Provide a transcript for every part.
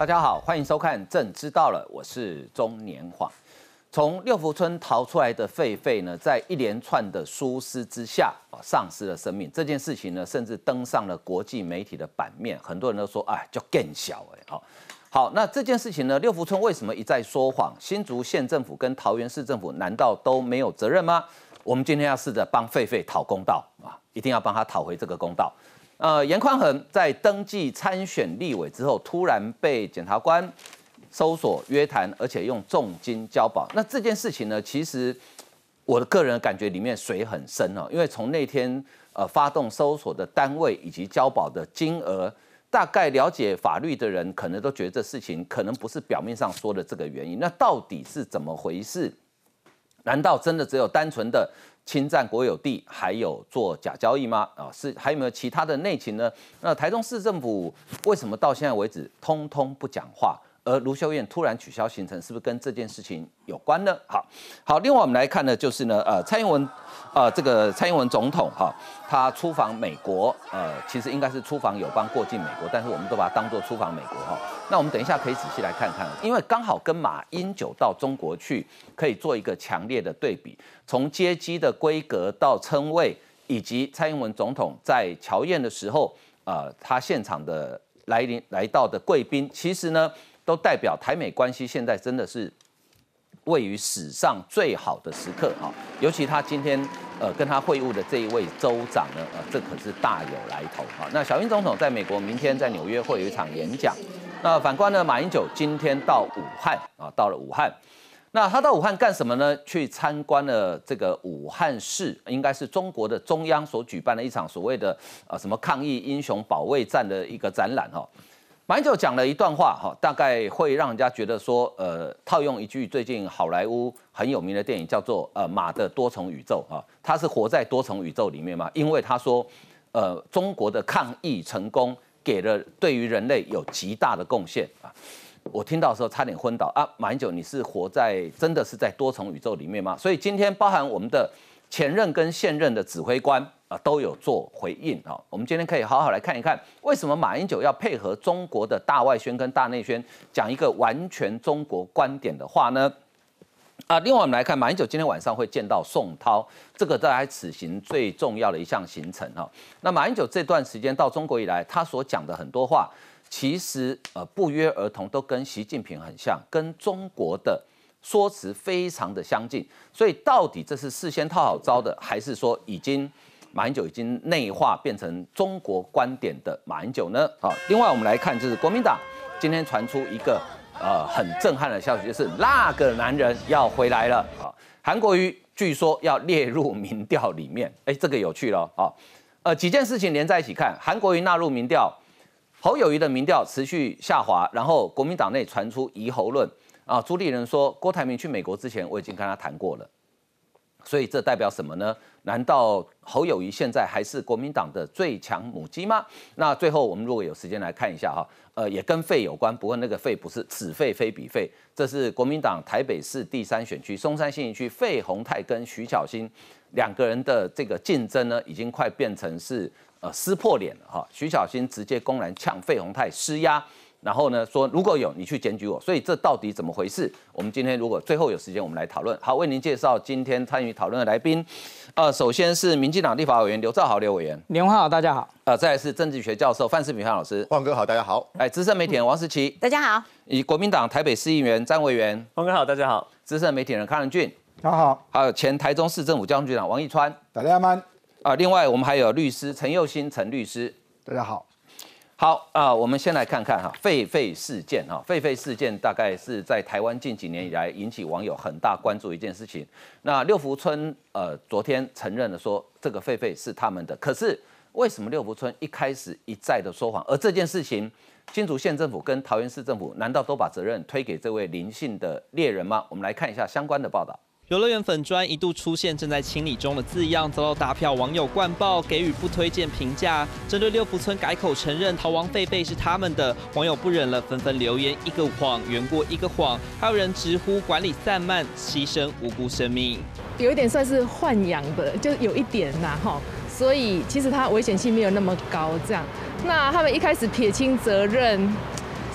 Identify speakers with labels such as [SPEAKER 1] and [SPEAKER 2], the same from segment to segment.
[SPEAKER 1] 大家好，欢迎收看《朕知道了》，我是中年晃。从六福村逃出来的狒狒呢，在一连串的疏失之下，丧失了生命。这件事情呢，甚至登上了国际媒体的版面。很多人都说，哎，叫更小好，那这件事情呢，六福村为什么一再说谎？新竹县政府跟桃园市政府难道都没有责任吗？我们今天要试着帮狒狒讨公道啊，一定要帮他讨回这个公道。严宽恒在登记参选立委之后，突然被检察官搜索约谈，而且用重金交保。那这件事情呢，其实我的个人感觉里面水很深哦，因为从那天发动搜索的单位以及交保的金额，大概了解法律的人可能都觉得这事情可能不是表面上说的这个原因。那到底是怎么回事？难道真的只有单纯的侵占国有地，还有做假交易吗？是还有没有其他的内情呢？那台中市政府为什么到现在为止通通不讲话？而卢秀燕突然取消行程，是不是跟这件事情有关呢？好，另外我们来看的就是呢，蔡英文，蔡英文总统他出访美国，其实应该是出访友邦过境美国，但是我们都把它当作出访美国那我们等一下可以仔细来看看，因为刚好跟马英九到中国去，可以做一个强烈的对比，从接机的规格到称谓，以及蔡英文总统在侨宴的时候，他现场的来到的贵宾，其实呢，都代表台美关系现在真的是位于史上最好的时刻尤其他今天跟他会晤的这一位州长呢，这可是大有来头那小英总统在美国明天在纽约会有一场演讲。那反观呢，马英九今天到武汉到了武汉。那他到武汉干什么呢？去参观了这个武汉市，应该是中国的中央所举办的一场所谓的什么抗疫英雄保卫战的一个展览马英九讲了一段话大概会让人家觉得说，套用一句最近好莱坞很有名的电影叫做马的多重宇宙他是活在多重宇宙里面嘛？因为他说，中国的抗疫成功给了对于人类有极大的贡献我听到的时候差点昏倒马英九，你是活在真的是在多重宇宙里面吗？所以今天包含我们的前任跟现任的指挥官都有做回应我们今天可以好好来看一看，为什么马英九要配合中国的大外宣跟大内宣，讲一个完全中国观点的话呢？另外我们来看，马英九今天晚上会见到宋涛，这个在此行最重要的一项行程那马英九这段时间到中国以来，他所讲的很多话，其实不约而同都跟习近平很像，跟中国的说辞非常的相近。所以到底这是事先套好招的，还是说马英九已经内化变成中国观点的马英九呢？另外我们来看，就是国民党今天传出一个很震撼的消息，就是那个男人要回来了韩国瑜据说要列入民调里面，这个有趣了几件事情连在一起看，韩国瑜纳入民调，侯友宜的民调持续下滑，然后国民党内传出疑侯论朱立伦说郭台铭去美国之前我已经跟他谈过了，所以这代表什么呢？难道侯友宜现在还是国民党的最强母鸡吗？那最后我们如果有时间来看一下也跟肺有关，不过那个肺不是此肺非彼肺，这是国民党台北市第3选区松山信义区费鸿泰跟徐巧芯两个人的这个竞争呢，已经快变成是撕破脸了徐巧芯直接公然呛费鸿泰施压。然后呢，说如果有你去检举我，所以这到底怎么回事？我们今天如果最后有时间，我们来讨论。好，为您介绍今天参与讨论的来宾。首先是民进党立法委员刘兆豪刘委员，
[SPEAKER 2] 年好，大家好。
[SPEAKER 1] 再来是政治学教授范世平范老师，
[SPEAKER 3] 晃哥好，大家好。
[SPEAKER 1] 资深媒体人王时齐，
[SPEAKER 4] 大家好。
[SPEAKER 1] 以国民党台北市议员詹维元，
[SPEAKER 5] 晃哥好，大家好。
[SPEAKER 1] 资深媒体人康仁俊，
[SPEAKER 2] 大家好。
[SPEAKER 1] 还有前台中市政府交通局长王义川，
[SPEAKER 2] 大家好。
[SPEAKER 1] 另外我们还有律师陈佑新陈律师，
[SPEAKER 2] 大家好。
[SPEAKER 1] 好我们先来看看狒狒事件狒狒事件大概是在台湾近几年以来引起网友很大关注的一件事情。那六福村昨天承认了说这个狒狒是他们的，可是为什么六福村一开始一再的说谎？而这件事情，新竹县政府跟桃园市政府难道都把责任推给这位林姓的猎人吗？我们来看一下相关的报道。
[SPEAKER 5] 游乐园粉专一度出现正在清理中的字样，遭到大票网友灌爆，给予不推荐评价。针对六福村改口承认逃亡狒狒是他们的，网友不忍了，纷纷留言一个谎圆过一个谎，还有人直呼管理散漫，牺牲无辜生命。
[SPEAKER 4] 有一点算是豢养的，就有一点所以其实它危险性没有那么高。这样，那他们一开始撇清责任，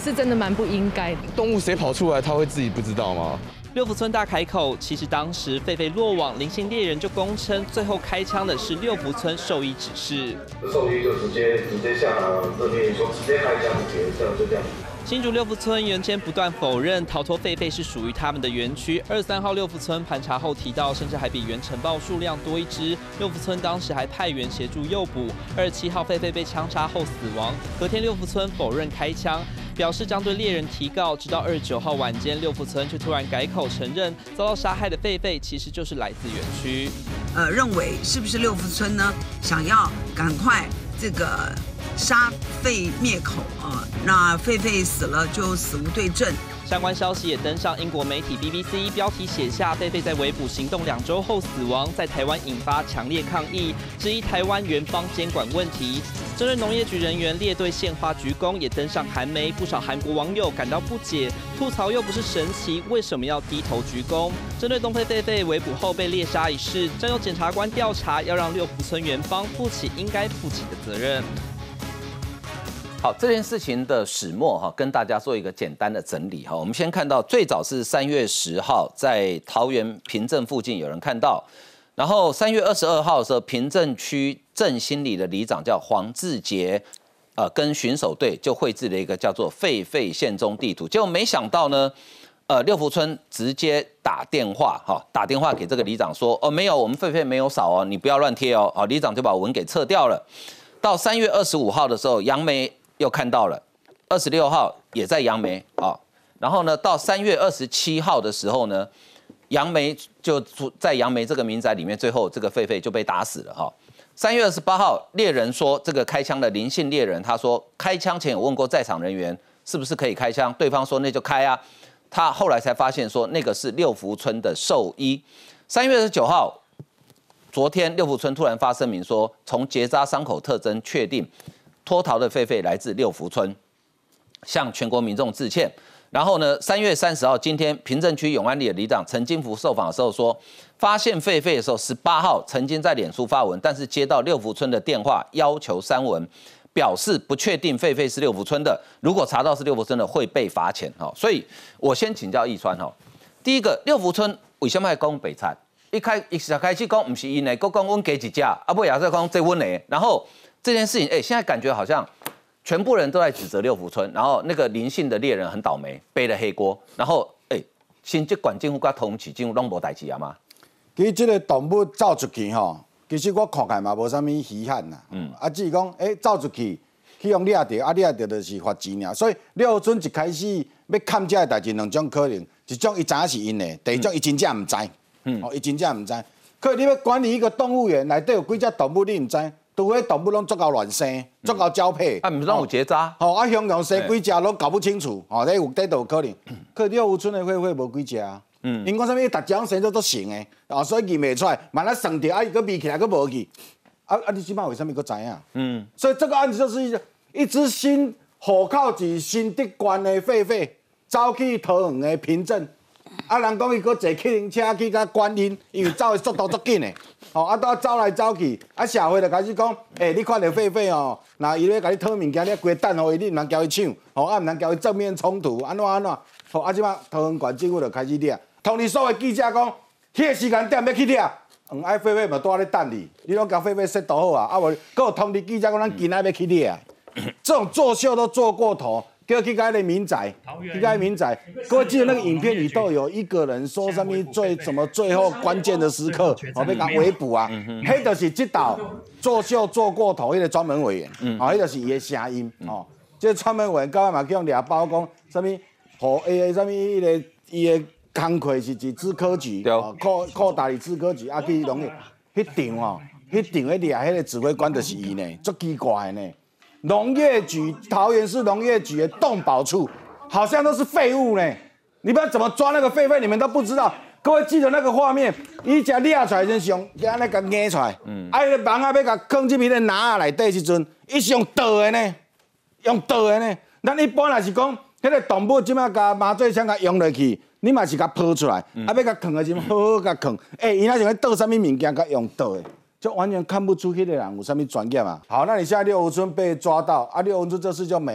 [SPEAKER 4] 是真的蛮不应该的。
[SPEAKER 3] 动物谁跑出来，他会自己不知道吗？
[SPEAKER 5] 六福村大开口，其实当时狒狒落网，林姓猎人就供称，最后开枪的是六福村兽医指示。
[SPEAKER 6] 兽医就直接下达勒令说直接开枪，就这样。
[SPEAKER 5] 新竹六福村原先不断否认逃脱狒狒是属于他们的园区。23号六福村盘查后提到，甚至还比原呈报数量多一只。六福村当时还派员协助诱捕。27号狒狒被枪杀后死亡。隔天六福村否认开枪，表示将对猎人提告。直到29号晚间，六福村却突然改口承认，遭到杀害的狒狒其实就是来自园区。
[SPEAKER 7] 认为是不是六福村呢？想要赶快这个杀狒灭口啊，那狒狒死了就死无对证。
[SPEAKER 5] 相关消息也登上英国媒体 BBC， 标题写下狒狒在围捕行动2周后死亡，在台湾引发强烈抗议，质疑台湾园方监管问题。针对农业局人员列队献花鞠躬，也登上韩媒，不少韩国网友感到不解，吐槽又不是神奇，为什么要低头鞠躬？针对东非狒狒围捕后被猎杀一事，将由检察官调查，要让六福村园方负起应该负起的责任。
[SPEAKER 1] 好，这件事情的始末哈，跟大家做一个简单的整理哈。我们先看到，最早是3月10号，在桃园平镇附近有人看到，然后3月22号的时候，平镇区振兴里的里长叫黄志杰，跟巡守队就绘制了一个叫做狒狒现踪地图。结果没想到呢，六福村直接打电话给这个里长说，没有，我们狒狒没有少哦，你不要乱贴哦。里长就把文给撤掉了。到3月25号的时候，杨梅又看到了，26号也在杨梅然后呢，到3月27号的时候呢，杨梅就在杨梅这个民宅里面，最后这个狒狒就被打死了3月28号，猎人说这个开枪的林姓猎人，他说开枪前有问过在场人员是不是可以开枪，对方说那就开啊。他后来才发现说那个是六福村的兽医。3月29号，昨天六福村突然发声明说，从结扎伤口特征确定，脱逃的狒狒来自六福村，向全国民众致歉。然后呢，3月30号，今天平镇区永安里的里长陈金福受访的时候说，发现狒狒的时候，18号曾经在脸书发文，但是接到六福村的电话要求删文，表示不确定狒狒是六福村的，如果查到是六福村的会被罚钱所以我先请教易川第一个，六福村为什么要讲北菜？一开始讲不是因的，讲阮给几家，不也是讲这阮的，然后这件事情，现在感觉好像全部人都在指责六福村，然后那个林姓的猎人很倒霉，背了黑锅，然后新接管政府甲通缉政府拢无代志啊吗？
[SPEAKER 2] 其实这个动物走出去其实我看起来嘛无啥物稀罕啦。只是讲走出去去用掠着，掠着就是罚钱尔。所以六福村一开始要砍这个代志2种可能，一种伊知影是因的，第二种伊真正唔知。伊真正唔知。可是你要管理一个动物园，内底有几只动物你唔知？除非动物拢足够乱生，足够交配。
[SPEAKER 1] 唔是拢有结扎？
[SPEAKER 2] 雄雄生几只拢搞不清楚，这有这都有可能。可是六福村的狒狒无几只啊。因讲啥物，逐只生都成的，所以认袂出来，万一算着，伊个眯起来个无去，你即摆为什么个知影？所以这个案子就是一只新户口是新德县的狒狒，走去桃园的平镇。人讲伊搁坐客人车去甲观音，因为走的速度足紧的，都走来走去，社会就开始讲，你看到狒狒那伊咧甲你讨物件，你规等互伊，你唔通交伊抢，唔通交伊正面冲突，安怎？即摆桃园县政府就开始掠，通知所有记者讲，迄个时间点要去掠，狒狒嘛住咧等你，你拢甲狒狒set好啊，无搁有通知记者讲，咱今仔要去掠，这种作秀都做过头。叫去个民宅，去个民宅。各位记得那个影片里头有一个人说什么最后关键的时刻，要甲围捕啊，迄就是这道作秀做过头，迄个专门委员，迄就是伊的声音，这专门委员到尾嘛叫掠包讲什么，什么伊的工课是资科局，扩大资科局去农业，迄场迄掠迄个指挥官就是伊呢，足奇怪呢。农业局，桃园市农业局的动保处，好像都是废物呢。你不知道怎么抓那个狒狒，你们都不知道。各位记得那个画面，伊只掠出来真是用，安尼甲捏出来，伊个网要甲放进迄个篮内底时阵，伊是用倒的呢，用倒的呢。咱一般若是讲，迄个动物即摆甲麻醉枪甲用落去，你嘛是甲抛出来，要甲放的时阵好好甲放。伊那想要倒啥物物件，甲用倒的。就完全看不出那个人有什么专业嘛。好，那你现在六福村被抓到六福村这事就没了吗？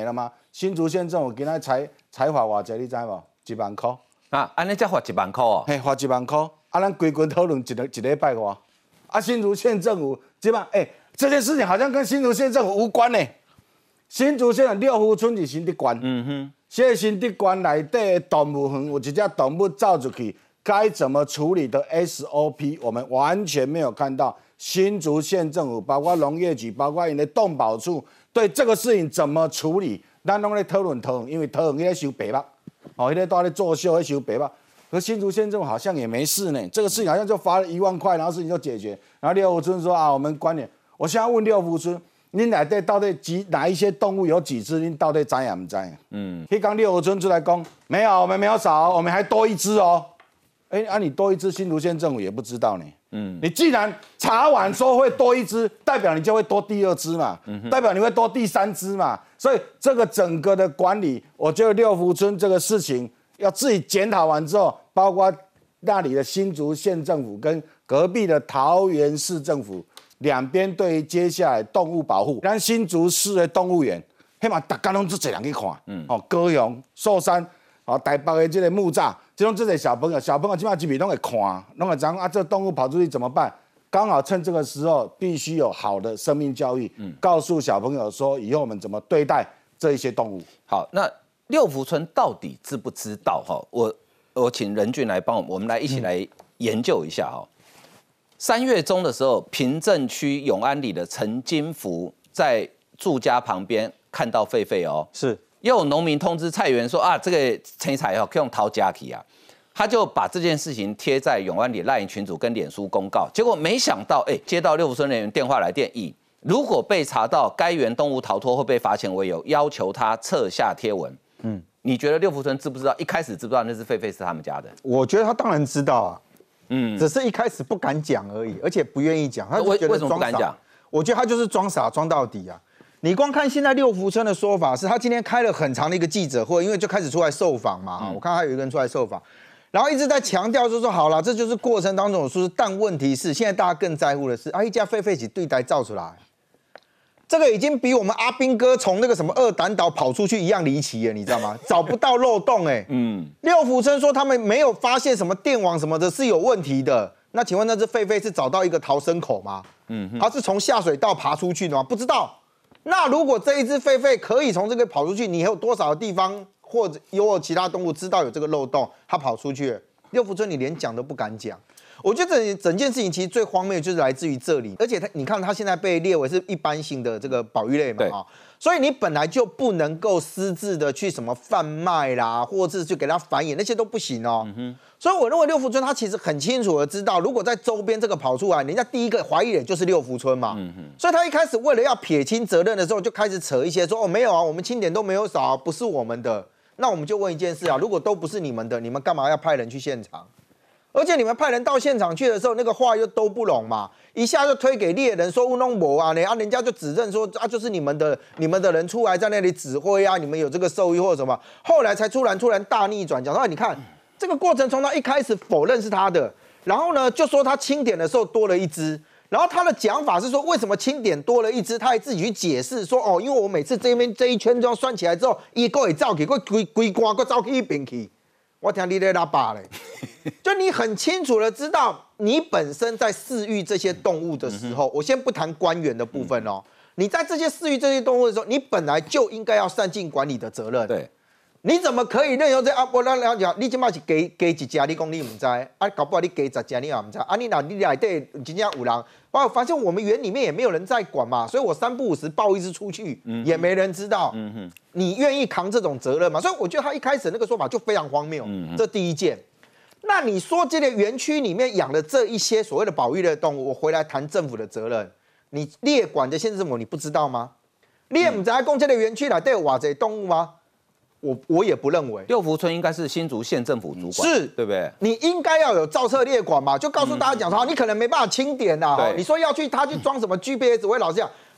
[SPEAKER 2] 新竹县政府今仔裁罚偌济，你知无？1万块。
[SPEAKER 1] 啊，安尼才罚1万块哦。
[SPEAKER 2] 嘿，罚1万块。啊，咱规群讨论一礼拜外。啊，新竹县政府这摆，这件事情好像跟新竹县政府无关呢。新竹县的六福村是新德县，这个新德县内底的动物园有一只动物走出去，该怎么处理的 SOP， 我们完全没有看到。新竹县政府，包括农业局，包括因的动保处，对这个事情怎么处理，咱拢在讨论，因为讨论迄个收白目，迄个都在作秀，在收白目。可新竹县政府好像也没事呢，这个事情好像就罚了1万块，然后事情就解决。然后六福村说啊，我们管理。我现在问六福村，恁内底到底哪一些动物有几只？恁到底知也唔知？迄刚六福村出来讲，没有，我们没有少，我们还多1只哦。你多1只，新竹县政府也不知道呢。你既然查完说会多1只，代表你就会多第2只嘛，代表你会多第3只嘛。所以这个整个的管理，我觉得六福村这个事情要自己检讨完之后，包括那里的新竹县政府跟隔壁的桃园市政府两边对于接下来动物保护，咱新竹市的动物园，起码大家拢这侪人去看，高雄、寿山。台北的这个木栅，这种这些小朋友基本上基本都会看，拢会讲啊，这动物跑出去怎么办？刚好趁这个时候，必须有好的生命教育，告诉小朋友说，以后我们怎么对待这一些动物。
[SPEAKER 1] 好，那六福村到底知不知道？哈，我请任俊来帮我们来一起来研究一下哈。3月中的时候，平镇区永安里的陈金福在住家旁边看到狒狒哦，
[SPEAKER 8] 是。
[SPEAKER 1] 又有农民通知菜园说啊，这个青菜可以用掏家去啊，他就把这件事情贴在永安里LINE群组跟脸书公告，结果没想到，接到六福村人员电话来电，以如果被查到该园动物逃脱会被罚钱为由，要求他撤下贴文。你觉得六福村知不知道？一开始知不知道那只狒狒是他们家的？
[SPEAKER 8] 我觉得他当然知道啊，只是一开始不敢讲而已，而且不愿意讲。他
[SPEAKER 1] 为什么不敢讲？
[SPEAKER 8] 我觉得他就是装傻装到底啊。你光看现在六福村的说法是，他今天开了很长的一个记者会，因为就开始出来受访嘛。我看还有一个人出来受访，然后一直在强调，就说好了，这就是过程当中有疏失，但问题是现在大家更在乎的是，一家狒狒起对待造出来，这个已经比我们阿兵哥从那个什么二胆岛跑出去一样离奇了，你知道吗？找不到漏洞六福村说他们没有发现什么电网什么的是有问题的，那请问那只狒狒是找到一个逃生口吗？它是从下水道爬出去的吗？不知道。那如果这一只狒狒可以从这个跑出去，你有多少地方或者有其他动物知道有这个漏洞，它跑出去了？六福村你连讲都不敢讲。我觉得整件事情其实最荒谬就是来自于这里，而且你看它现在被列为是一般性的这个保育类嘛，所以你本来就不能够私自的去什么贩卖啦，或者是去给它繁衍，那些都不行哦。所以我认为六福村他其实很清楚的知道，如果在周边这个跑出来，人家第一个怀疑人就是六福村嘛。所以他一开始为了要撇清责任的时候，就开始扯一些说没有啊，我们清点都没有少啊，不是我们的。那我们就问一件事啊，如果都不是你们的，你们干嘛要派人去现场？而且你们派人到现场去的时候，那个话又都不拢嘛，一下就推给猎人说乌弄某啊，人家就指认说就是你们的人出来在那里指挥啊，你们有这个授意或者什么，后来才突然大逆转，讲到你看这个过程从他一开始否认是他的，然后呢就说他清点的时候多了1只，然后他的讲法是说为什么清点多了1只，他还自己去解释说因为我每次这一圈这样算起来之后，一个会照去，个规瓜个照去一边去。我听你在拉巴嘞，就你很清楚的知道，你本身在饲育这些动物的时候，我先不谈官员的部分哦，你在这些饲育这些动物的时候，你本来就应该要善尽管理的责任。对，你怎么可以任由这我了解，你起码是给一家，你讲你唔知，搞不好你给10家你也唔知，你内底真正有人，我发现我们园里面也没有人在管嘛，所以我3不5时抱1只出去，也没人知道。你愿意扛这种责任吗？所以我觉得他一开始那个说法就非常荒谬。这第一件。那你说这个园区里面养的这一些所谓的保育类的动物，我回来谈政府的责任。你列管的县政府你不知道吗？你也不知道这个园区内底有偌济动物吗？我也不认为。
[SPEAKER 1] 六福村应该是新竹县政府主管，
[SPEAKER 8] 是，
[SPEAKER 1] 对不对？
[SPEAKER 8] 你应该要有照册列管嘛，就告诉大家讲说，你可能没办法清点呐。你说要去他去装什么 GPS， 我老实讲。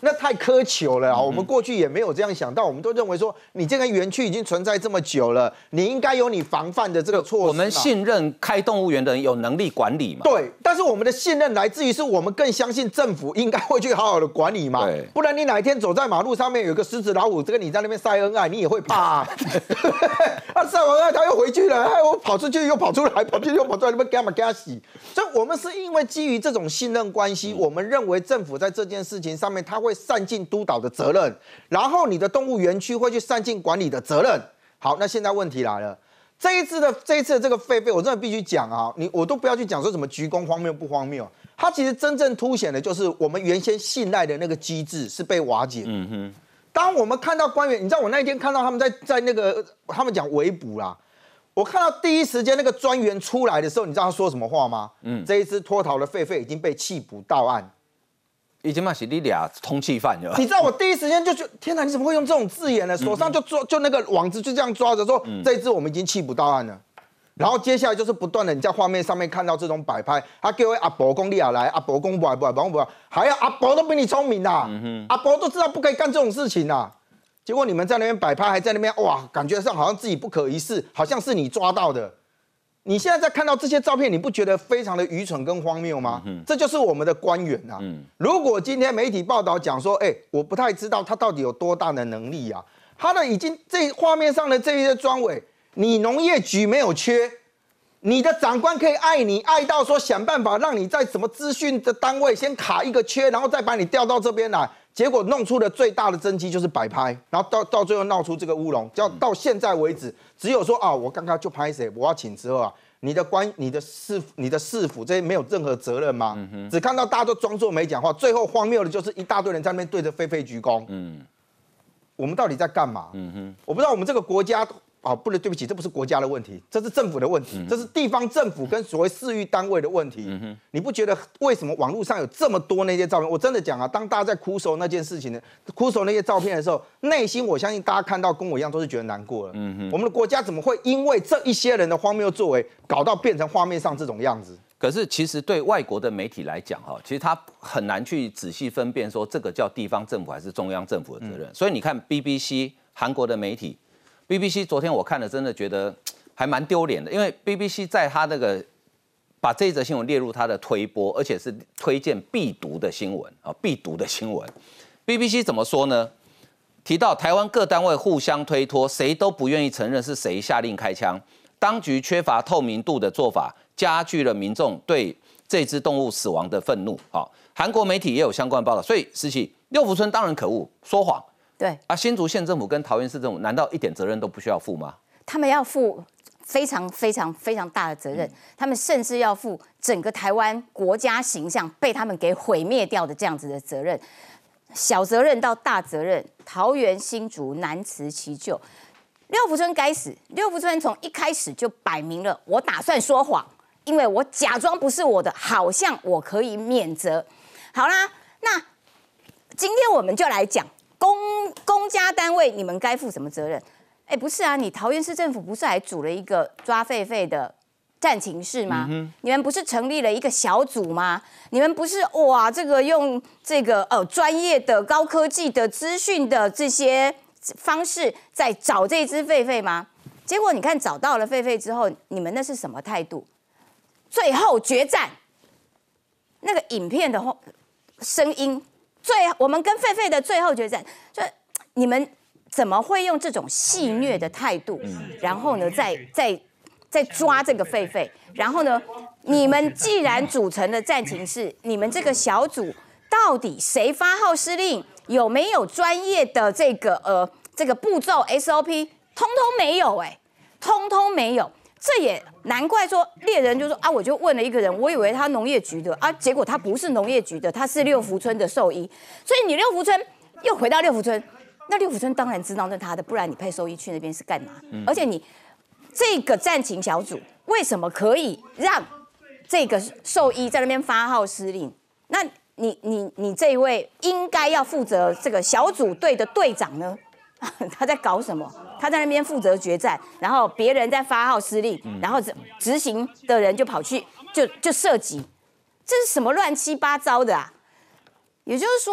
[SPEAKER 8] 那太苛求了啊！我们过去也没有这样想到，我们都认为说，你这个园区已经存在这么久了，你应该有你防范的这个措施。
[SPEAKER 1] 我们信任开动物园的人有能力管理嘛？
[SPEAKER 8] 对，但是我们的信任来自于是我们更相信政府应该会去好好的管理嘛。不然你哪一天走在马路上面有个狮子老虎，这个你在那边晒恩爱，你也会怕啊。他晒完爱他又回去了，他又跑出去又跑出来，跑出去又跑出来，那边给他洗。所以我们是因为基于这种信任关系，我们认为政府在这件事情上面，他会善尽督导的责任，然后你的动物园区会去善尽管理的责任。好，那现在问题来了，这一次的这个狒狒，我真的必须讲啊，我都不要去讲说什么鞠躬荒谬不荒谬，它其实真正凸显的就是我们原先信赖的那个机制是被瓦解。当我们看到官员，你知道我那一天看到他们在那个他们讲围捕啦。我看到第一时间那个专员出来的时候，你知道他说什么话吗？这一只脱逃的狒狒已经被缉捕到案，
[SPEAKER 1] 已经嘛是你俩通缉犯了。
[SPEAKER 8] 你知道我第一时间就觉得，天哪，你怎么会用这种字眼呢？手上就那个网子就这样抓着说，这一只我们已经缉捕到案了。然后接下来就是不断的你在画面上面看到这种摆拍，他叫阿伯公你也来，阿伯公不来，还要阿伯都比你聪明啦，阿伯都知道不可以干这种事情啦。结果你们在那边摆拍，还在那边哇，感觉上好像自己不可一世，好像是你抓到的。你现在在看到这些照片，你不觉得非常的愚蠢跟荒谬吗？这就是我们的官员啊。如果今天媒体报道讲说，我不太知道他到底有多大的能力啊，他的已经这画面上的这些专委，你农业局没有缺。你的长官可以爱你爱到说想办法让你在什么资讯的单位先卡一个缺，然后再把你调到这边来，结果弄出的最大的政绩就是摆拍，然后到最后闹出这个乌龙，到现在为止，只有说我刚刚就拍谁，我要请之后啊，你的市府这些没有任何责任吗？只看到大家都装作没讲话，最后荒谬的就是一大堆人在那边对着狒狒鞠躬。我们到底在干嘛？我不知道我们这个国家。不能，对不起，这不是国家的问题，这是政府的问题，这是地方政府跟所谓市域单位的问题。你不觉得为什么网络上有这么多那些照片？我真的讲啊，当大家在哭手那件事情哭手那些照片的时候，内心我相信大家看到跟我一样都是觉得难过了。我们的国家怎么会因为这一些人的荒谬作为，搞到变成画面上这种样子？
[SPEAKER 1] 可是其实对外国的媒体来讲，其实他很难去仔细分辨说这个叫地方政府还是中央政府的责任。所以你看 BBC 韩国的媒体。BBC 昨天我看了，真的觉得还蛮丢脸的，因为 BBC 在他那个把这一则新闻列入他的推播，而且是推荐必读的新闻啊，必读的新闻。BBC 怎么说呢？提到台湾各单位互相推脱，谁都不愿意承认是谁下令开枪，当局缺乏透明度的做法，加剧了民众对这只动物死亡的愤怒。韩国媒体也有相关报道，所以思琪，六福村当然可恶，说谎。
[SPEAKER 9] 对
[SPEAKER 1] 啊，新竹县政府跟桃园市政府难道一点责任都不需要负吗？
[SPEAKER 9] 他们要负非常非常非常大的责任，他们甚至要负整个台湾国家形象被他们给毁灭掉的这样子的责任，小责任到大责任，桃园、新竹难辞其咎。六福村该死，六福村从一开始就摆明了，我打算说谎，因为我假装不是我的，好像我可以免责。好啦，那今天我们就来讲。公家单位，你们该负什么责任？不是啊，你桃园市政府不是还组了一个抓狒狒的战情室吗？你们不是成立了一个小组吗？你们不是这个用这个专业的高科技的资讯的这些方式在找这只狒狒吗？结果你看找到了狒狒之后，你们那是什么态度？最后决战，那个影片的声音。我们跟狒狒的最后决战，就你们怎么会用这种戏谑的态度，然后呢，再抓这个狒狒，然后呢，你们既然组成了战情室，你们这个小组到底谁发号施令，有没有专业的这个步骤 SOP， 通通没有通通没有。这也难怪说猎人就说我就问了一个人，我以为他农业局的结果他不是农业局的，他是六福村的兽医。所以你六福村又回到六福村，那六福村当然知道那他的，不然你派兽医去那边是干嘛？而且你这个战情小组为什么可以让这个兽医在那边发号施令？那你这一位应该要负责这个小组队的队长呢？他在搞什么？他在那边负责决战，然后别人在发号施令，然后执行的人就跑去就射击，这是什么乱七八糟的啊？也就是说，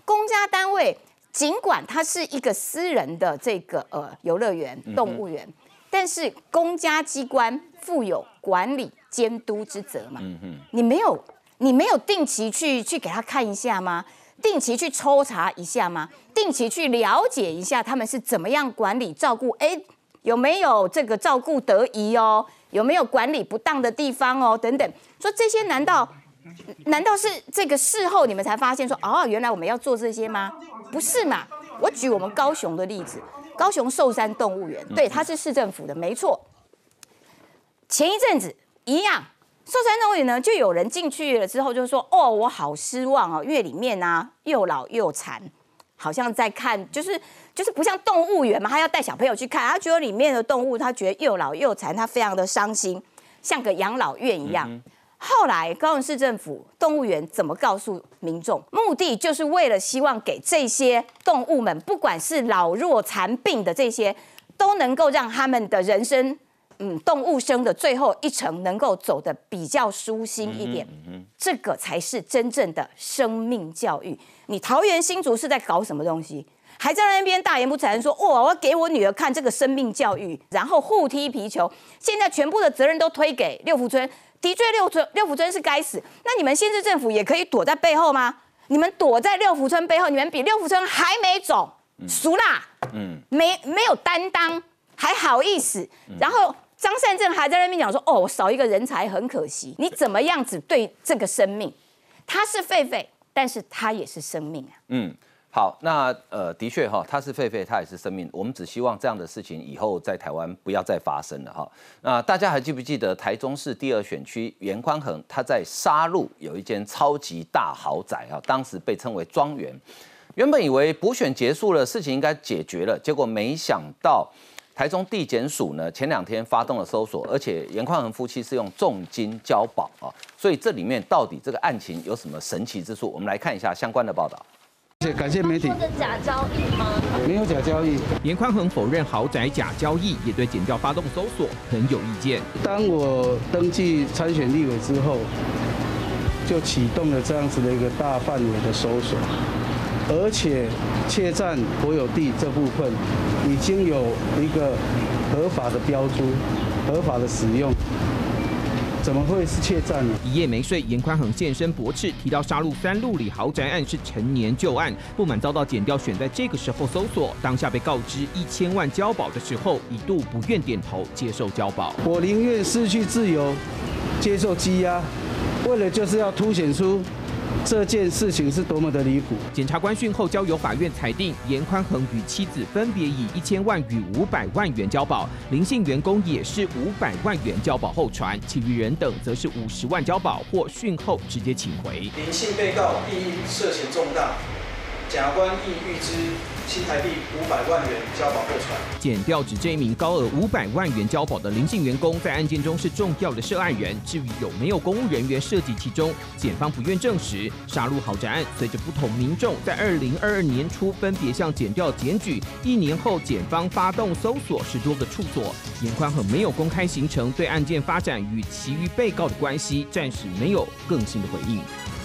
[SPEAKER 9] 公家单位尽管它是一个私人的这个游乐园、动物园，但是公家机关负有管理监督之责嘛。你没有定期去给他看一下吗？定期去抽查一下吗？定期去了解一下他们是怎么样管理照顾？有没有这个照顾得宜哦？有没有管理不当的地方哦？等等，说这些难道是这个事后你们才发现说原来我们要做这些吗？不是嘛？我举我们高雄的例子，高雄寿山动物园，对，它是市政府的，没错。前一阵子一样，寿山动物园呢，就有人进去了之后就说，我好失望哦，因为里面啊又老又残，好像在看，就是不像动物园嘛，他要带小朋友去看，他觉得里面的动物，他觉得又老又残，他非常的伤心，像个养老院一样。后来高雄市政府动物园怎么告诉民众？目的就是为了希望给这些动物们，不管是老弱残病的这些，都能够让他们的人生，动物生的最后一程能够走得比较舒心一点。这个才是真正的生命教育。你桃园新竹是在搞什么东西？还在那边大言不惭说，我要给我女儿看这个生命教育，然后互踢皮球。现在全部的责任都推给六福村。的确，六福村是该死。那你们县市政府也可以躲在背后吗？你们躲在六福村背后，你们比六福村还没种，俗啦，没有担当，还好意思。然后张善政还在那边讲说，我少一个人才很可惜。你怎么样子对这个生命？它是狒狒，但是它也是生命啊。
[SPEAKER 1] 好，那的确它是狒狒，它也是生命。我们只希望这样的事情以后在台湾不要再发生了哈。那大家还记不记得台中市第2选区严宽恒，他在沙鹿有一间超级大豪宅当时被称为庄园。原本以为补选结束了，事情应该解决了，结果没想到台中地检署呢前2天发动了搜索，而且严宽恒夫妻是用重金交保所以这里面到底这个案情有什么神奇之处？我们来看一下相关的报道。
[SPEAKER 10] 感谢媒体。
[SPEAKER 11] 的假交易吗？
[SPEAKER 10] 没有假交易。
[SPEAKER 12] 严宽恒否认豪宅假交易，也对检调发动搜索很有意见。
[SPEAKER 10] 当我登记参选立委之后，就启动了这样子的一个大范围的搜索，而且窃占国有地这部分已经有一个合法的标租、合法的使用。怎么会是窃占呢？
[SPEAKER 12] 一夜没睡，严宽恒现身驳斥，提到沙鹿3路里豪宅案是陈年旧案，不满遭到检调选在这个时候搜索，当下被告知1000万交保的时候，一度不愿点头接受交保。
[SPEAKER 10] 我宁愿失去自由，接受羁押，为了就是要凸显出这件事情是多么的离谱。
[SPEAKER 12] 检察官讯后交由法院裁定，严宽恒与妻子分别以1000万与500万元交保，林姓员工也是500万元交保候传，其余人等则是50万交保或讯后直接请回。
[SPEAKER 13] 林姓被告亦因涉嫌重大，检察官亦预支新台币500万元交保候传。
[SPEAKER 12] 检调指这一名高额500万元交保的林姓员工，在案件中是重要的涉案人。至于有没有公务人员涉及其中，检方不愿证实。沙鹿豪宅案随着不同民众在2022年初分别向检调检举，1年后检方发动搜索10多个处所。严宽恒没有公开行程，对案件发展与其余被告的关系暂时没有更新的回应。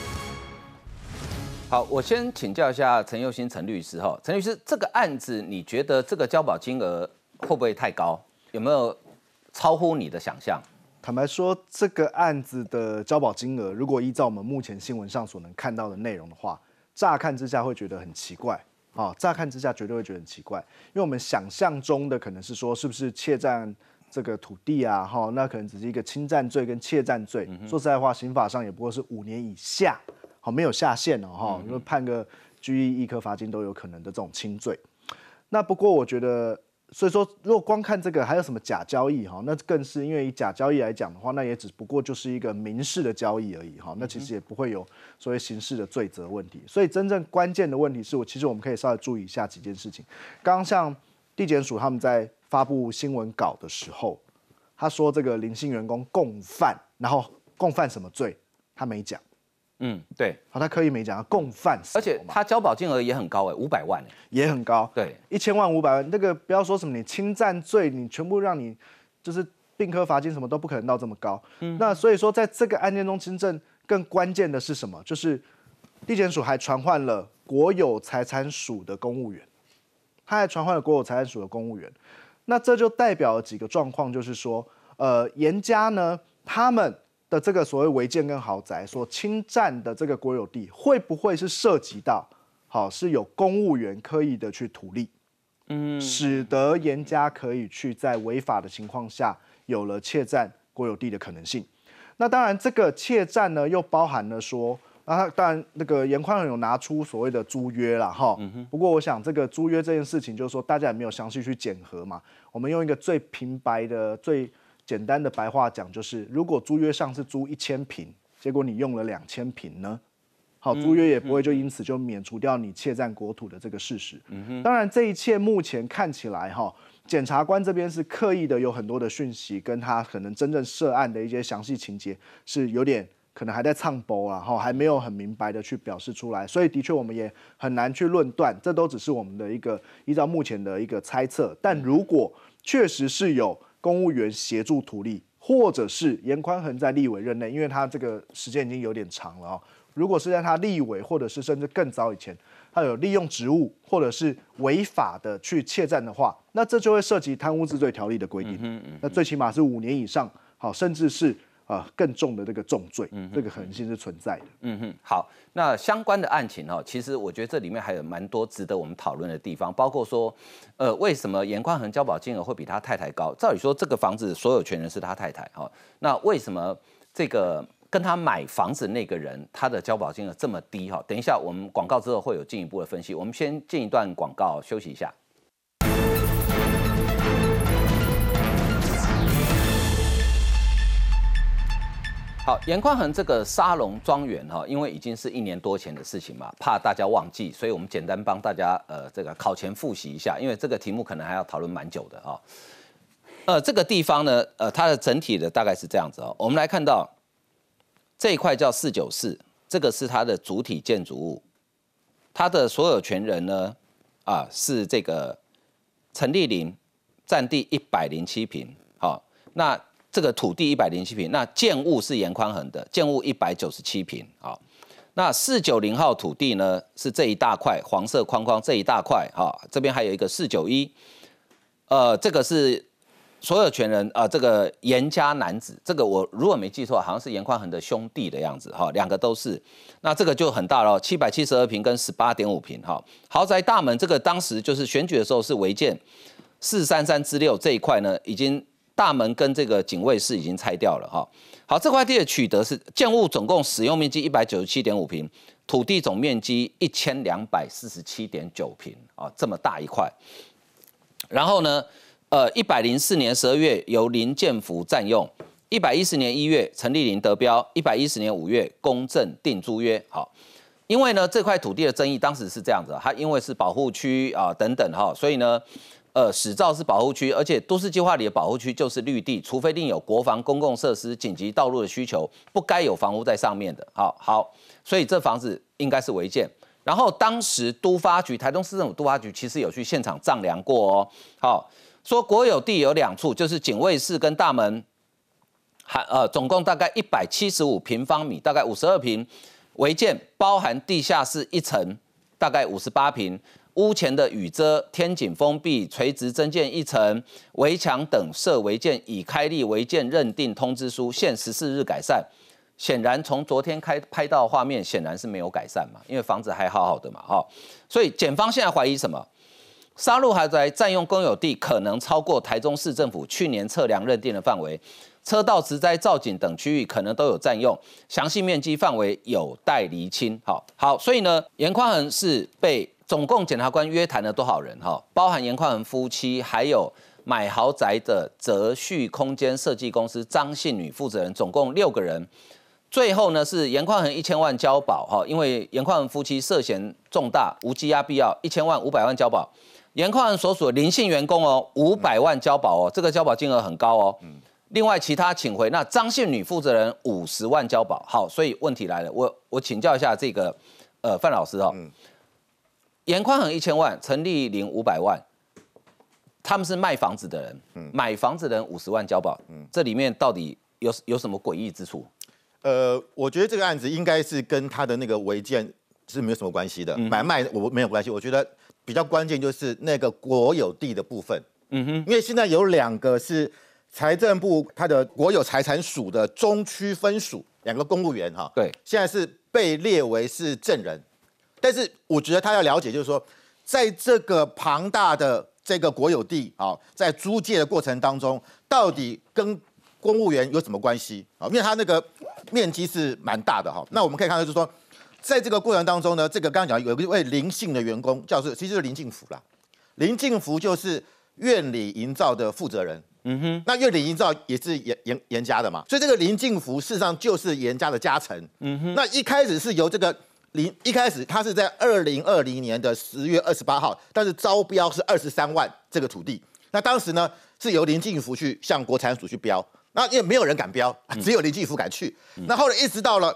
[SPEAKER 1] 好，我先请教一下陈佑新陈律师哈，陈律师，这个案子你觉得这个交保金额会不会太高？有没有超乎你的想象？
[SPEAKER 14] 坦白说，这个案子的交保金额，如果依照我们目前新闻上所能看到的内容的话，乍看之下会觉得很奇怪。乍看之下绝对会觉得很奇怪，因为我们想象中的可能是说，是不是窃占这个土地啊？那可能只是一个侵占罪跟窃占罪。说实在话，刑法上也不过是5年以下。没有下限因为判个拘役1颗罚金都有可能的这种轻罪。那不过我觉得，所以说如果光看这个还有什么假交易那更是因为以假交易来讲的话，那也只不过就是一个民事的交易而已那其实也不会有所谓刑事的罪责问题。所以真正关键的问题是其实我们可以稍微注意一下几件事情。刚刚像地检署他们在发布新闻稿的时候，他说这个林姓员工共犯，然后共犯什么罪他没讲。
[SPEAKER 1] 对，
[SPEAKER 14] 他刻意没讲，他共犯，
[SPEAKER 1] 而且他交保金额也很高500万
[SPEAKER 14] 也很高，
[SPEAKER 1] 对
[SPEAKER 14] ，1000万500万，那个不要说什么你侵占罪，你全部让你就是并科罚金什么都不可能到这么高。那所以说在这个案件中，真正更关键的是什么？就是地检署还传唤了国有财产署的公务员，他还传唤了国有财产署的公务员。那这就代表了几个状况，就是说，严家呢，他们的这个所谓违建跟豪宅所侵占的这个国有地，会不会是涉及到是有公务员刻意的去图利，使得严家可以去在违法的情况下有了窃占国有地的可能性。那当然，这个窃占呢，又包含了说，当然那个严宽恒有拿出所谓的租约啦，不过我想这个租约这件事情，就是说大家也没有详细去检核嘛。我们用一个最平白的、最简单的白话讲，就是如果租约上是租1000坪，结果你用了2000坪呢？租约也不会就因此就免除掉你窃占国土的这个事实。当然，这一切目前看起来检察官这边是刻意的有很多的讯息，跟他可能真正涉案的一些详细情节是有点可能还在唱播啦，还没有很明白的去表示出来，所以的确我们也很难去论断，这都只是我们的一个依照目前的一个猜测。但如果确实是有公务员协助图利，或者是严宽恒在立委任内，因为他这个时间已经有点长了如果是在他立委，或者是甚至更早以前，他有利用职务或者是违法的去窃占的话，那这就会涉及贪污治罪条例的规定。那最起码是5年以上，甚至是更重的这个重罪，这个可能性是存在的。
[SPEAKER 1] 好，那相关的案情其实我觉得这里面还有蛮多值得我们讨论的地方，包括说，为什么严宽恒交保金额会比他太太高？照理说，这个房子所有权人是他太太那为什么这个跟他买房子那个人他的交保金额这么低等一下我们广告之后会有进一步的分析，我们先进一段广告休息一下。好，严宽恒这个沙龙庄园因为已经是1年多前的事情嘛，怕大家忘记，所以我们简单帮大家这个考前复习一下，因为这个题目可能还要讨论蛮久的这个地方呢，它的整体的大概是这样子我们来看到这一块叫494，这个是它的主体建筑物，它的所有权人呢是这个陈丽玲，占地107坪，那这个土地107坪，那建物是严宽恒的，建物197坪，那490号土地呢是这一大块黄色框框这一大块这边还有一个491，这个是所有权人这个严家男子，这个我如果没记错，好像是严宽恒的兄弟的样子2个都是，那这个就很大了，772坪跟18.5坪豪宅大门，这个当时就是选举的时候是违建433之6这一块呢，已经大门跟这个警卫室已经拆掉了好，这块地的取得是建物总共使用面积197.5坪，土地总面积1247.9坪这么大一块。然后呢，104年12月由林建福占用，110年1月陈丽玲得标，110年5月公证订租约。好，因为呢这块土地的争议当时是这样子，它因为是保护区等等所以呢。史照是保护区，而且都市计划里的保护区就是绿地，除非另有国防、公共设施、紧急道路的需求，不该有房屋在上面的。好，所以这房子应该是违建。然后当时都发局，台东市政府都发局其实有去现场丈量过好，说国有地有2处，就是警卫室跟大门，总共大概175平方米，大概52平违建，包含地下室1层，大概58平。屋前的雨遮、天井封闭、垂直增建1层、围墙等设违建，已开立违建认定通知书，限14日改善。显然从昨天拍到画面，显然是没有改善嘛，因为房子还好好的嘛所以检方现在怀疑什么？沙鹿豪宅占用公有地，可能超过台中市政府去年测量认定的范围，车道、植栽、造景等区域可能都有占用，详细面积范围有待厘清。好，所以呢，严宽恒是被总共检察官约谈了多少人包含严宽恒夫妻，还有买豪宅的泽旭空间设计公司张姓女负责人，总共6个人。最后呢是严宽恒1000万交保因为严宽恒夫妻涉嫌重大无羁押必要，1000万500万交保。严宽恒所属的林姓员工500万交保这个交保金额很高另外其他请回，那张姓女负责人50万交保。好，所以问题来了，我请教一下这个范老师严宽恒1000万，陈丽玲500万，他们是卖房子的人，买房子的人50万交保，这里面到底有什么诡异之处？
[SPEAKER 11] 我觉得这个案子应该是跟他的那个违建是没有什么关系的，买卖我没有关系。我觉得比较关键就是那个国有地的部分，因为现在有2个是财政部它的国有财产署的中区分署2个公务员哈，
[SPEAKER 1] 对，
[SPEAKER 11] 现在是被列为是证人，但是我觉得他要了解就是说，在这个庞大的这个国有地啊，在租借的过程当中，到底跟公务员有什么关系啊？因为它那个面积是蛮大的哈。那我们可以看到就是说，在这个过程当中呢，这个刚刚讲有一位林姓的员工，其实就是林敬福啦。林敬福就是院里营造的负责人。那院里营造也是严家的嘛，所以这个林敬福事实上就是严家的家臣。那一开始是由这个一开始他是在2020年的10月28号，但是招标是23万这个土地。那当时呢是由林敬福去向国产署去标，那因为没有人敢标，只有林敬福敢去。那后来一直到了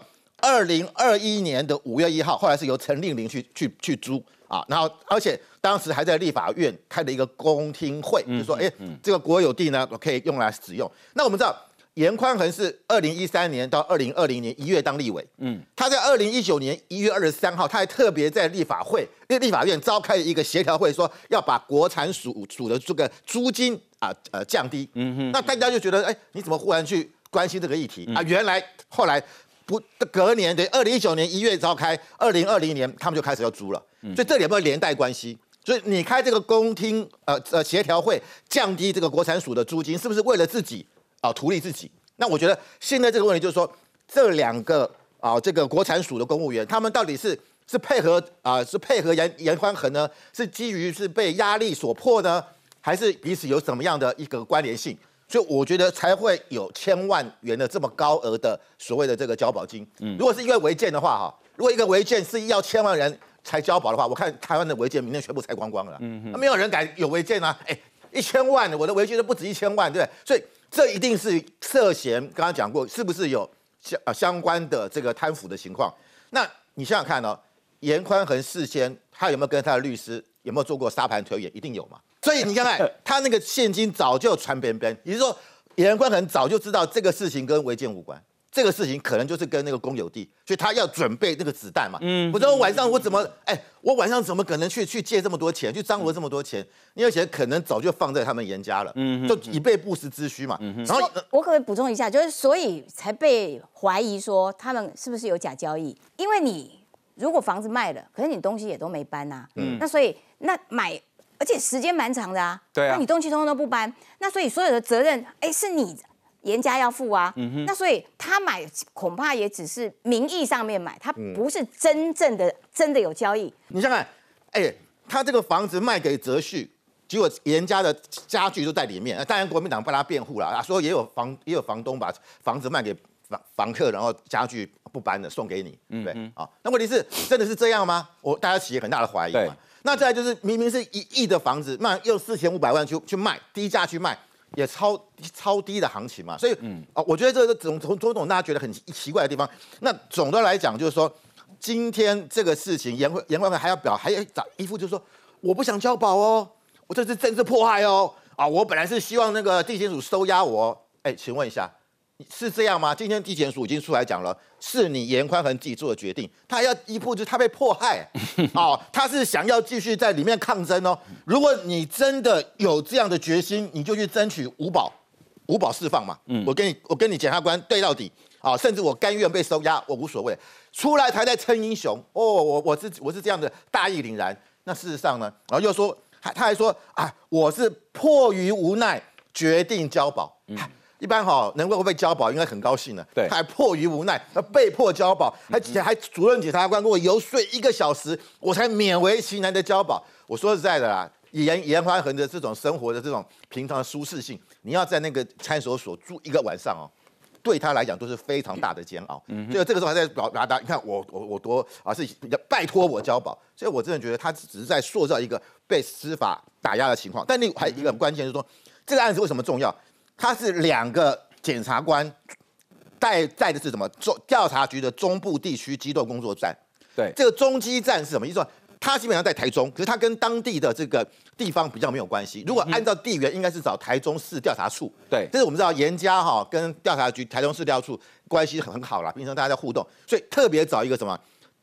[SPEAKER 11] 2021年的5月1号，后来是由陈令麟去租啊，然后而且当时还在立法院开了一个公听会，就说这个国有地呢可以用来使用。那我们知道严宽恒是2013年到2020年1月当立委，他在2019年1月23号，他还特别在立法院召开一个协调会，说要把国产署的这个租金降低。那大家就觉得，你怎么忽然去关心这个议题啊？原来后来隔年的2019年1月召开，2020年他们就开始要租了，所以这里有没有连带关系？所以你开这个公听协调会，降低这个国产署的租金，是不是为了自己图利自己？那我觉得现在这个问题就是说，这2个这个国产署的公务员，他们到底是配合严宽恒呢？是基于是被压力所迫呢，还是彼此有什么样的一个关联性？所以我觉得才会有1000万元的这么高额的所谓的这个交保金。如果是因为违建的话，如果一个违建是要1000万人才交保的话，我看台湾的违建明天全部拆光光了。没有人敢有违建啊！1000万，我的违建都不止1000万，对不对？所以这一定是涉嫌，刚刚讲过，是不是有相关的这个贪腐的情况？那你想想看哦，严宽恒事先他有没有跟他的律师有没有做过沙盘推演？一定有嘛。所以你看看他那个现金早就传边边，也就是说严宽恒早就知道这个事情跟违建无关，这个事情可能就是跟那个公有地，所以他要准备那个子弹嘛。我说晚上我怎么我晚上怎么可能去借这么多钱，去张罗这么多钱？那些钱可能早就放在他们严家了，就以备不时之需嘛。然后
[SPEAKER 9] 我可不可以补充一下，就是所以才被怀疑说他们是不是有假交易？因为你如果房子卖了，可是你东西也都没搬啊，那所以那买。而且时间蛮长的啊，
[SPEAKER 1] 对啊，
[SPEAKER 9] 那你东西通通都不搬，那所以所有的责任，是你严家要负啊，那所以他买恐怕也只是名义上面买，他不是真的有交易。
[SPEAKER 11] 你想想，他这个房子卖给哲旭，结果严家的家具都在里面，当然国民党帮他辩护了，说也有房东把房子卖给房客，然后家具不搬了送给你，对那问题是真的是这样吗？大家起很大的怀疑嘛。那再来就是明明是1亿的房子，那用4500万去卖，低价去卖，也超低的行情嘛。所以我觉得这个种大家觉得很奇怪的地方。那总的来讲就是说，今天这个事情严宽恒还要找一副就是说我不想交保哦，我这是政治迫害哦我本来是希望那个地检署收押我请问一下。是这样吗？今天地检署已经出来讲了，是你严宽恒自己做的决定，他要一步就是他被迫害，他是想要继续在里面抗争哦。如果你真的有这样的决心，你就去争取无保释放嘛。我跟你检察官对到底甚至我甘愿被收押，我无所谓。出来才在称英雄我是这样的大义凛然。那事实上呢，然后又说他还说我是迫于无奈决定交保。一般能够被交保应该很高兴了，他还迫于无奈，被迫交保，还主任检察官跟我游说1个小时，我才勉为其难的交保。我说实在的啦，严宽恒的这种生活的这种平常的舒适性，你要在那个看守所住1个晚上对他来讲都是非常大的煎熬。所以这个时候还在表达，你看我多是拜托我交保，所以我真的觉得他只是在塑造一个被司法打压的情况。但还有一个很关键就是说，这个案子为什么重要？他是2个检察官带的是什么？调查局的中部地区机动工作站。对，这个中基站是什么意思？他基本上在台中，可是他跟当地的这个地方比较没有关系。如果按照地缘，应该是找台中市调查处。对，这是我们知道严家跟调查局台中市调查处关系很好啦，平常大家在互动，所以特别找一个什么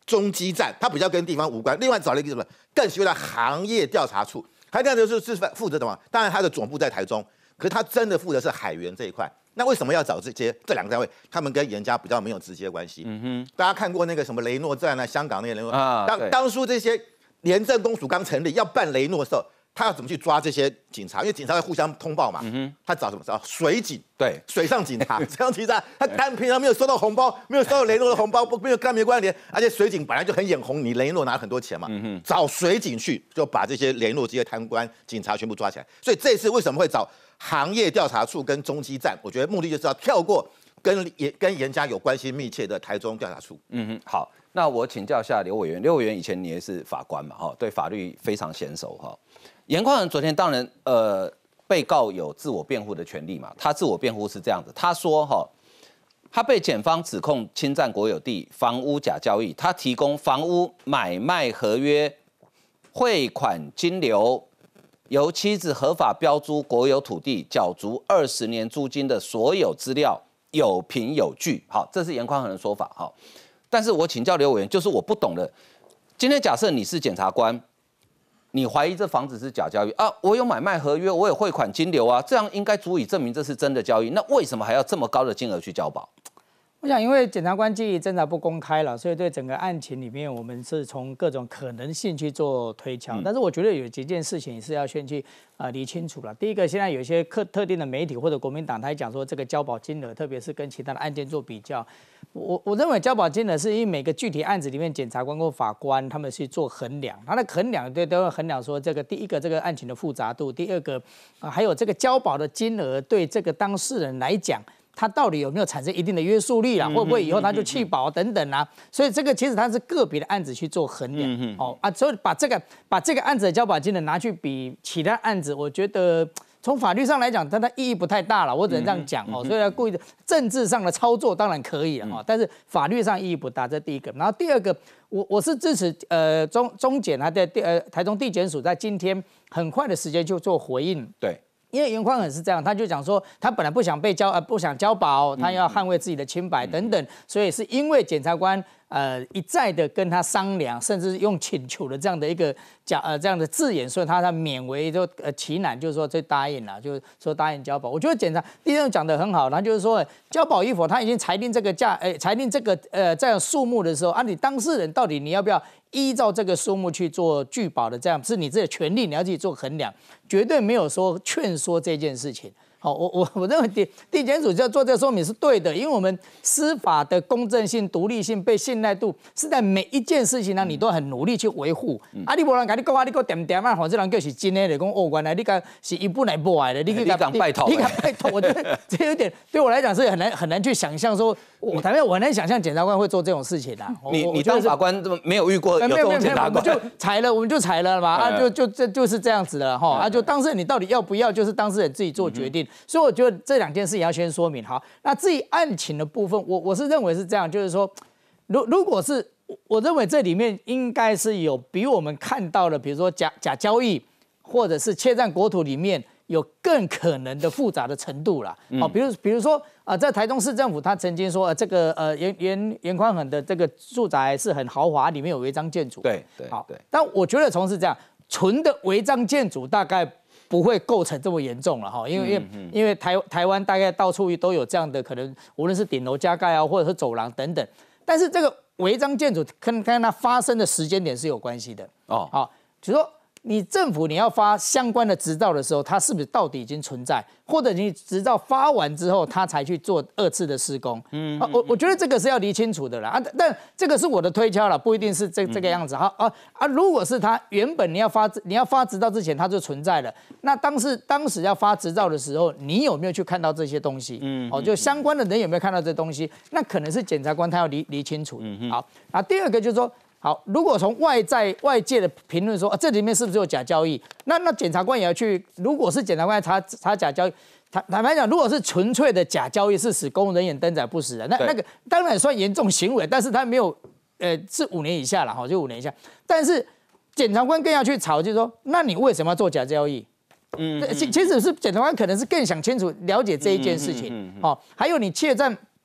[SPEAKER 11] 中基站，它比较跟地方无关。另外找了一个什么更细微的行业调查处，行业调查处是负责什么？当然它的总部在台中，可是它真的负责是海员这一块。那为什么要找这两个单位？他们跟严家比较没有直接关系。大家看过那个什么雷诺站啊，香港那个雷诺啊，当初这些廉政公署刚成立要办雷诺的时候，他要怎么去抓这些警察？因为警察会互相通报嘛。他找什么？找水警，对，水上警察，水上警察，他平常没有收到红包，没有收到雷诺的红包，没有跟他没关联，而且水警本来就很眼红，你雷诺拿很多钱嘛，找水警去就把这些雷诺这些贪官警察全部抓起来。所以这次为什么会找行业调查处跟中基站？我觉得目的就是要跳过跟严家有关系密切的台中调查处。
[SPEAKER 1] 好，那我请教一下刘委员，刘委员以前你也是法官嘛，对法律非常娴熟哈。严宽恒昨天当然被告有自我辩护的权利嘛，他自我辩护是这样子，他说他被检方指控侵占国有地、房屋假交易，他提供房屋买卖合约、汇款金流，由妻子合法标租国有土地、缴足20年租金的所有资料有凭有据。好，这是严宽恒的说法。好，但是我请教刘委员，就是我不懂的，今天假设你是检察官。你怀疑这房子是假交易啊？我有买卖合约，我有汇款金流啊，这样应该足以证明这是真的交易。那为什么还要这么高的金额去交保？
[SPEAKER 15] 我想，因为检察官基于侦查不公开了，所以对整个案情里面，我们是从各种可能性去做推敲。但是我觉得有几件事情是要先去理清楚了。第一个，现在有一些特定的媒体或者国民党，他讲说这个交保金额，特别是跟其他的案件做比较。我认为交保金额是因为每个具体案子里面，检察官或法官他们去做衡量，他的衡量都会衡量说这个第一个这个案情的复杂度，第二个还有这个交保的金额对这个当事人来讲。他到底有没有产生一定的约束力啦？会不会以后他就弃保等等啊？所以这个其实它是个别的案子去做衡量所以把这个案子的交保金额拿去比其他案子，我觉得从法律上来讲，它的意义不太大了，我只能这样讲所以故意的政治上的操作当然可以了但是法律上意义不大，这第一个。然后第二个，我是支持中检他的台中地检署在今天很快的时间就做回应，对。因为严宽恒是这样，他就讲说，他本来不想不想交保，他要捍卫自己的清白等等，所以是因为检察官一再的跟他商量，甚至用请求的这样的一个这样的字眼，所以他勉为就其难，就是说就答应了，就是说答应交保。我觉得第一个讲得很好，然后就是说交保与否，他已经裁定这个裁定这个这样数目的时候，你当事人到底你要不要依照这个数目去做拒保的，这样是你自己的权利，你要自己做衡量，绝对没有说劝说这件事情。好，我认为地检署要做这个说明是对的，因为我们司法的公正性、独立性、被信赖度是在每一件事情上你都很努力去维护。你无人甲你讲你个点点反正人就是真的来讲原来你讲是一步来不来的，你讲拜托，你讲拜托，我觉得这有点对我来讲是很难去想象说，我很难想象检察官会做这种事情的。
[SPEAKER 1] 你当法官怎么没有遇过有这种检察官？
[SPEAKER 15] 我们就裁了嘛，就是这样子的哈，就当事人你到底要不要，就是当事人自己做决定。所以我觉得这两件事情要先说明好。那至于案情的部分，我是认为是这样，就是说，如果是我认为这里面应该是有比我们看到的，比如说假交易，或者是窃占国土里面有更可能的复杂的程度啦。比如说在台中市政府，他曾经说这个严宽恒的这个住宅是很豪华，里面有违章建筑。对，好，但我觉得从是这样，纯的违章建筑大概不会构成这么严重了哈，因为台湾大概到处都有这样的可能，无论是顶楼加盖啊，或者是走廊等等。但是这个违章建筑跟它发生的时间点是有关系的好，就说你政府你要发相关的执照的时候，它是不是到底已经存在，或者你执照发完之后，它才去做2次的施工？我觉得这个是要理清楚的啦但这个是我的推敲啦，不一定是这个样子如果是他原本你要发执照之前它就存在了，那当时要发执照的时候，你有没有去看到这些东西？就相关的人有没有看到这东西？那可能是检察官他要理清楚。好，第二个就是说。好，如果从外界的评论说这里面是不是有假交易？那检察官也要去，如果是检察官查假交易，坦白讲，如果是纯粹的假交易，是使公务人员登载不实的，那个当然算严重行为，但是他没有是5年以下了就5年以下。但是检察官更要去吵，就是说，那你为什么要做假交易？其实是检察官可能是更想清楚了解这一件事情。还有你窃占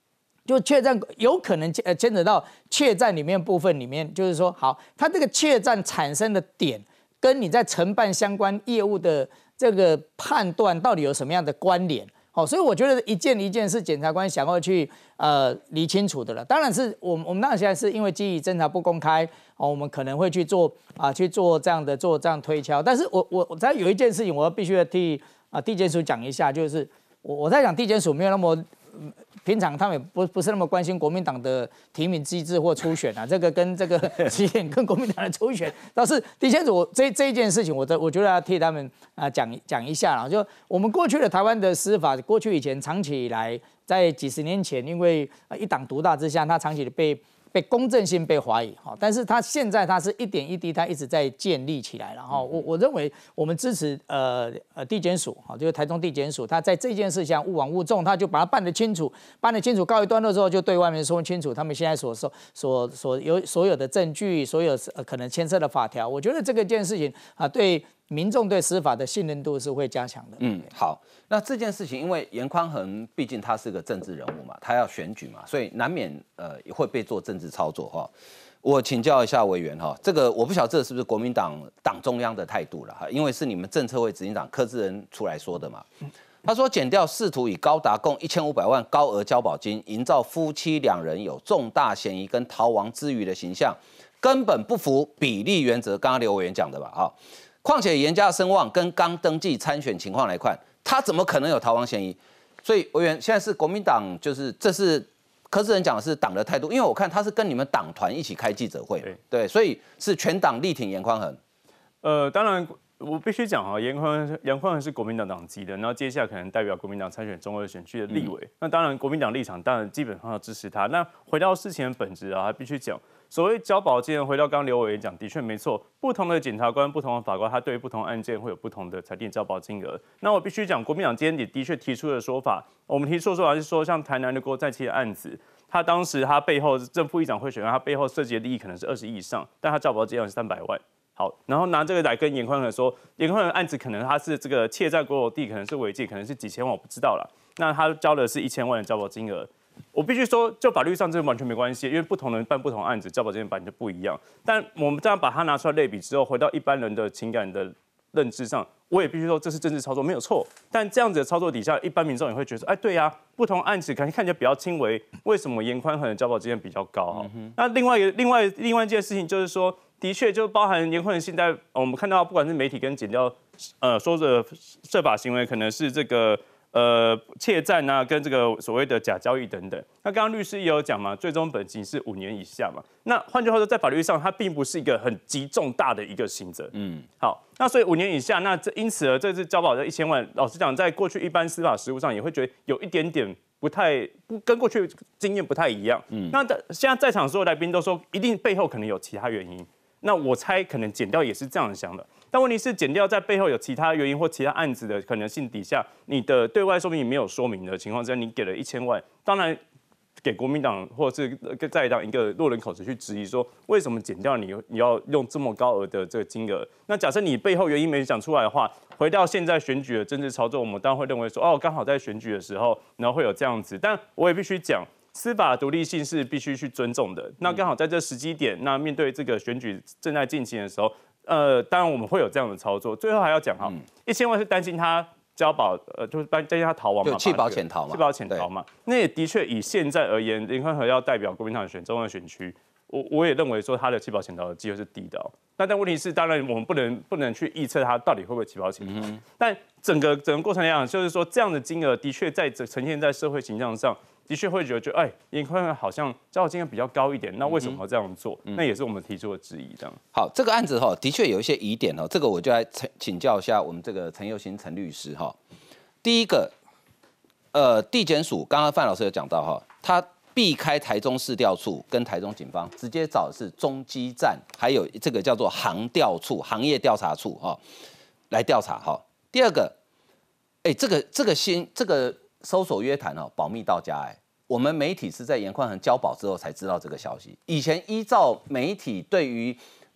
[SPEAKER 15] 就确战有可能牵扯到确战里面部分里面，就是说，好，它这个确战产生的点，跟你在承办相关业务的这个判断到底有什么样的关联？好，所以我觉得一件一件是检察官想要去理清楚的了。当然是我们当然现在是因为基于侦查不公开，我们可能会去做这样推敲。但是我在有一件事情，我必须要替地检署讲一下，就是我在讲地检署没有那么。平常他们也不是那么关心国民党的提名机制或初选啊，这个跟起点跟国民党的初选，倒是的确我这一件事情，我觉得要替他们讲一下啦。就我们过去的台湾的司法，过去以前长期以来，在几十年前，因为一党独大之下，他长期的被公正性被怀疑，但是他现在他是一点一滴，他一直在建立起来了哈。我认为我们支持地检署，就是台中地检署，他在这件事上勿枉勿纵，他就把它办得清楚，告一段落之后，就对外面说清楚他们现在所有的证据，所有可能牵涉的法条，我觉得这个件事情对民众对司法的信任度是会加强的。
[SPEAKER 1] 好，那这件事情，因为严宽恒毕竟他是个政治人物嘛，他要选举嘛，所以难免也会被做政治操作哈。我请教一下委员哈，这个我不晓得这是不是国民党党中央的态度了哈，因为是你们政策会执行长柯志恩出来说的嘛。他说检调试图以高达共1500万高额交保金，营造夫妻两人有重大嫌疑跟逃亡之余的形象，根本不符比例原则。刚刚刘委员讲的吧哈。况且严家的声望跟刚登记参选情况来看，他怎么可能有逃亡嫌疑？所以委员现在是国民党，就是这是柯志恩讲的是党的态度，因为我看他是跟你们党团一起开记者会，对，所以是全党力挺严宽恒。
[SPEAKER 16] 当然我必须讲哈，严宽恒是国民党党籍的，然后接下来可能代表国民党参选中二选区的立委。那当然国民党立场当然基本上要支持他。那回到事情的本质啊，必须讲。所谓交保金，回到刚刚刘委员讲，的确没错。不同的检察官、不同的法官，他对于不同案件会有不同的裁定交保金额。那我必须讲，国民党今天也的确提出的说法，我们提出的说法是说，像台南的国债期的案子，他当时他背后正副议长贿选案，他背后涉及的利益可能是20亿以上，但他交保金额是300万。好，然后拿这个来跟严宽恒说，严宽恒案子可能他是这个窃占国有地，可能是违建，可能是几千万，我不知道啦。那他交的是1000万的交保金额。我必须说，就法律上这完全没关系，因为不同人办不同案子，交保金额本来就不一样。但我们这样把它拿出来类比之后，回到一般人的情感的认知上，我也必须说这是政治操作，没有错。但这样子的操作底下，一般民众也会觉得说，哎，对呀，不同案子看起来比较轻微，为什么严宽恒的交保金额比较高？那另外一件事情就是说，的确就包含严宽恒现在我们看到，不管是媒体跟检调，说的涉法行为可能是这个。窃占啊，跟这个所谓的假交易等等。那刚刚律师也有讲嘛，最终本刑是5年以下嘛。那换句话说，在法律上，它并不是一个很极重大的一个刑责。好，那所以5年以下，那因此这次交保的1000万，老实讲，在过去一般司法实务上，也会觉得有一点点跟过去经验不太一样。那现在在场所有来宾都说，一定背后可能有其他原因。那我猜可能检调也是这样想的。但问题是，检调在背后有其他原因或其他案子的可能性底下，你的对外说明没有说明的情况之下，你给了1000万，当然给国民党或者是再当一个落人口实去质疑说，为什么检调你要用这么高额的这个金额？那假设你背后原因没讲出来的话，回到现在选举的政治操作，我们当然会认为说，刚好在选举的时候，然后会有这样子。但我也必须讲。司法独立性是必须去尊重的。那刚好在这时机点，那面对这个选举正在进行的时候，当然我们会有这样的操作。最后还要讲哈，1000万是担心他交保，就是担心他逃亡嘛，
[SPEAKER 1] 弃保潜逃嘛，
[SPEAKER 16] 弃保潜逃嘛。那也的确以现在而言，林宽和要代表国民党选中的选区，我也认为说他的弃保潜逃的机会是低的。但问题是，当然我们不能去预测他到底会不会弃保潜逃。但整个过程来讲，就是说这样的金额的确在呈现在社会形象上。的确会觉得，严宽恒好像交保金额比较高一点，那为什么要这样做？那也是我们提出的质疑。这样。
[SPEAKER 1] 好，这个案子的确有一些疑点这个我就来请教一下我们这个陈佑兴陈律师第一个，地检署刚刚范老师有讲到他避开台中市调处跟台中警方，直接找的是中基站，还有这个叫做行调处、行业调查处来调查第二个，这个搜索约谈保密到家我们媒体是在严宽恒交保之后才知道这个消息。以前依照媒体对于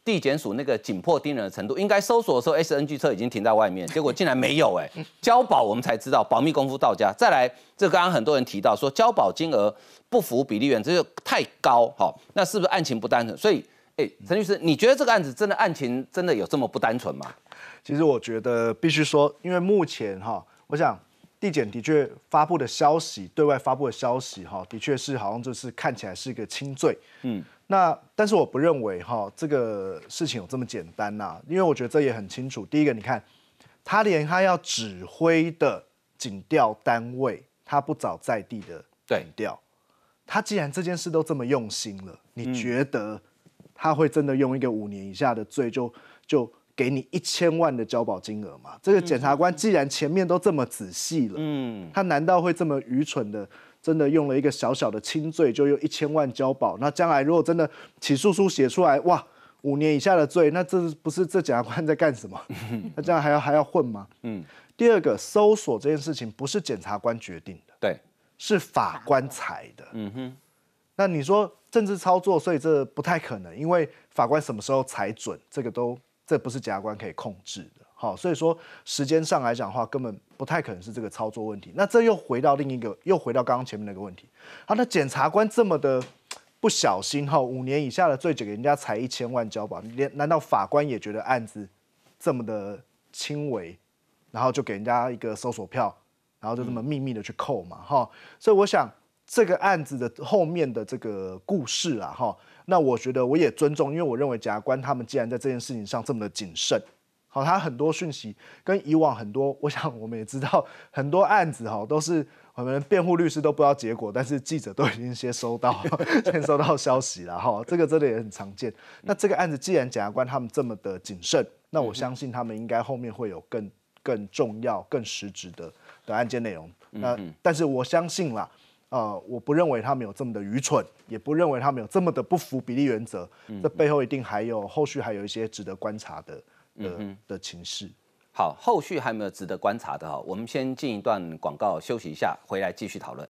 [SPEAKER 1] 地检署那个紧迫盯人的程度，应该搜索的时候 SNG 车已经停在外面，结果竟然没有交保我们才知道保密功夫到家。再来，这刚刚很多人提到说交保金额不符比例原则，这就太高，那是不是案情不单纯？所以，陈律师，你觉得这个案子真的案情真的有这么不单纯吗？
[SPEAKER 14] 其实我觉得必须说，因为目前我想地检的确发布的消息，对外发布的消息的确是好像就是看起来是一个轻罪，那但是我不认为这个事情有这么简单呐，因为我觉得这也很清楚。第一个，你看他连他要指挥的警调单位，他不找在地的警调，他既然这件事都这么用心了，你觉得他会真的用一个5年以下的罪就给你1000万的交保金额嘛？这个检察官既然前面都这么仔细了，他难道会这么愚蠢的，真的用了一个小小的轻罪就用1000万交保？那将来如果真的起诉书写出来，哇，5年以下的罪，那这不是这检察官在干什么？那这样还要混吗？第二个，搜索这件事情不是检察官决定的，
[SPEAKER 1] 对，
[SPEAKER 14] 是法官裁的。那你说政治操作，所以这不太可能，因为法官什么时候裁准，这不是检察官可以控制的。好，所以说时间上来讲的话，根本不太可能是这个操作问题。那这又回到刚刚前面那个问题，那检察官这么的不小心5年以下的罪，给人家裁1000万交保，难道法官也觉得案子这么的轻微，然后就给人家一个搜索票，然后就这么秘密的去扣嘛？所以我想这个案子的后面的这个故事那我觉得我也尊重，因为我认为检察官他们既然在这件事情上这么的谨慎，他很多讯息跟以往很多，我想我们也知道很多案子都是我们辩护律师都不知道结果，但是记者都已经先收到消息了这个真的也很常见。那这个案子既然检察官他们这么的谨慎，那我相信他们应该后面会有更重要、更实质的案件内容。但是我相信啦。我不认为他们有这么的愚蠢，也不认为他们有这么的不符比例原则。这背后一定后续还有一些值得观察的情势。
[SPEAKER 1] 好，后续还有没有值得观察的我们先进一段广告休息一下，回来继续讨论。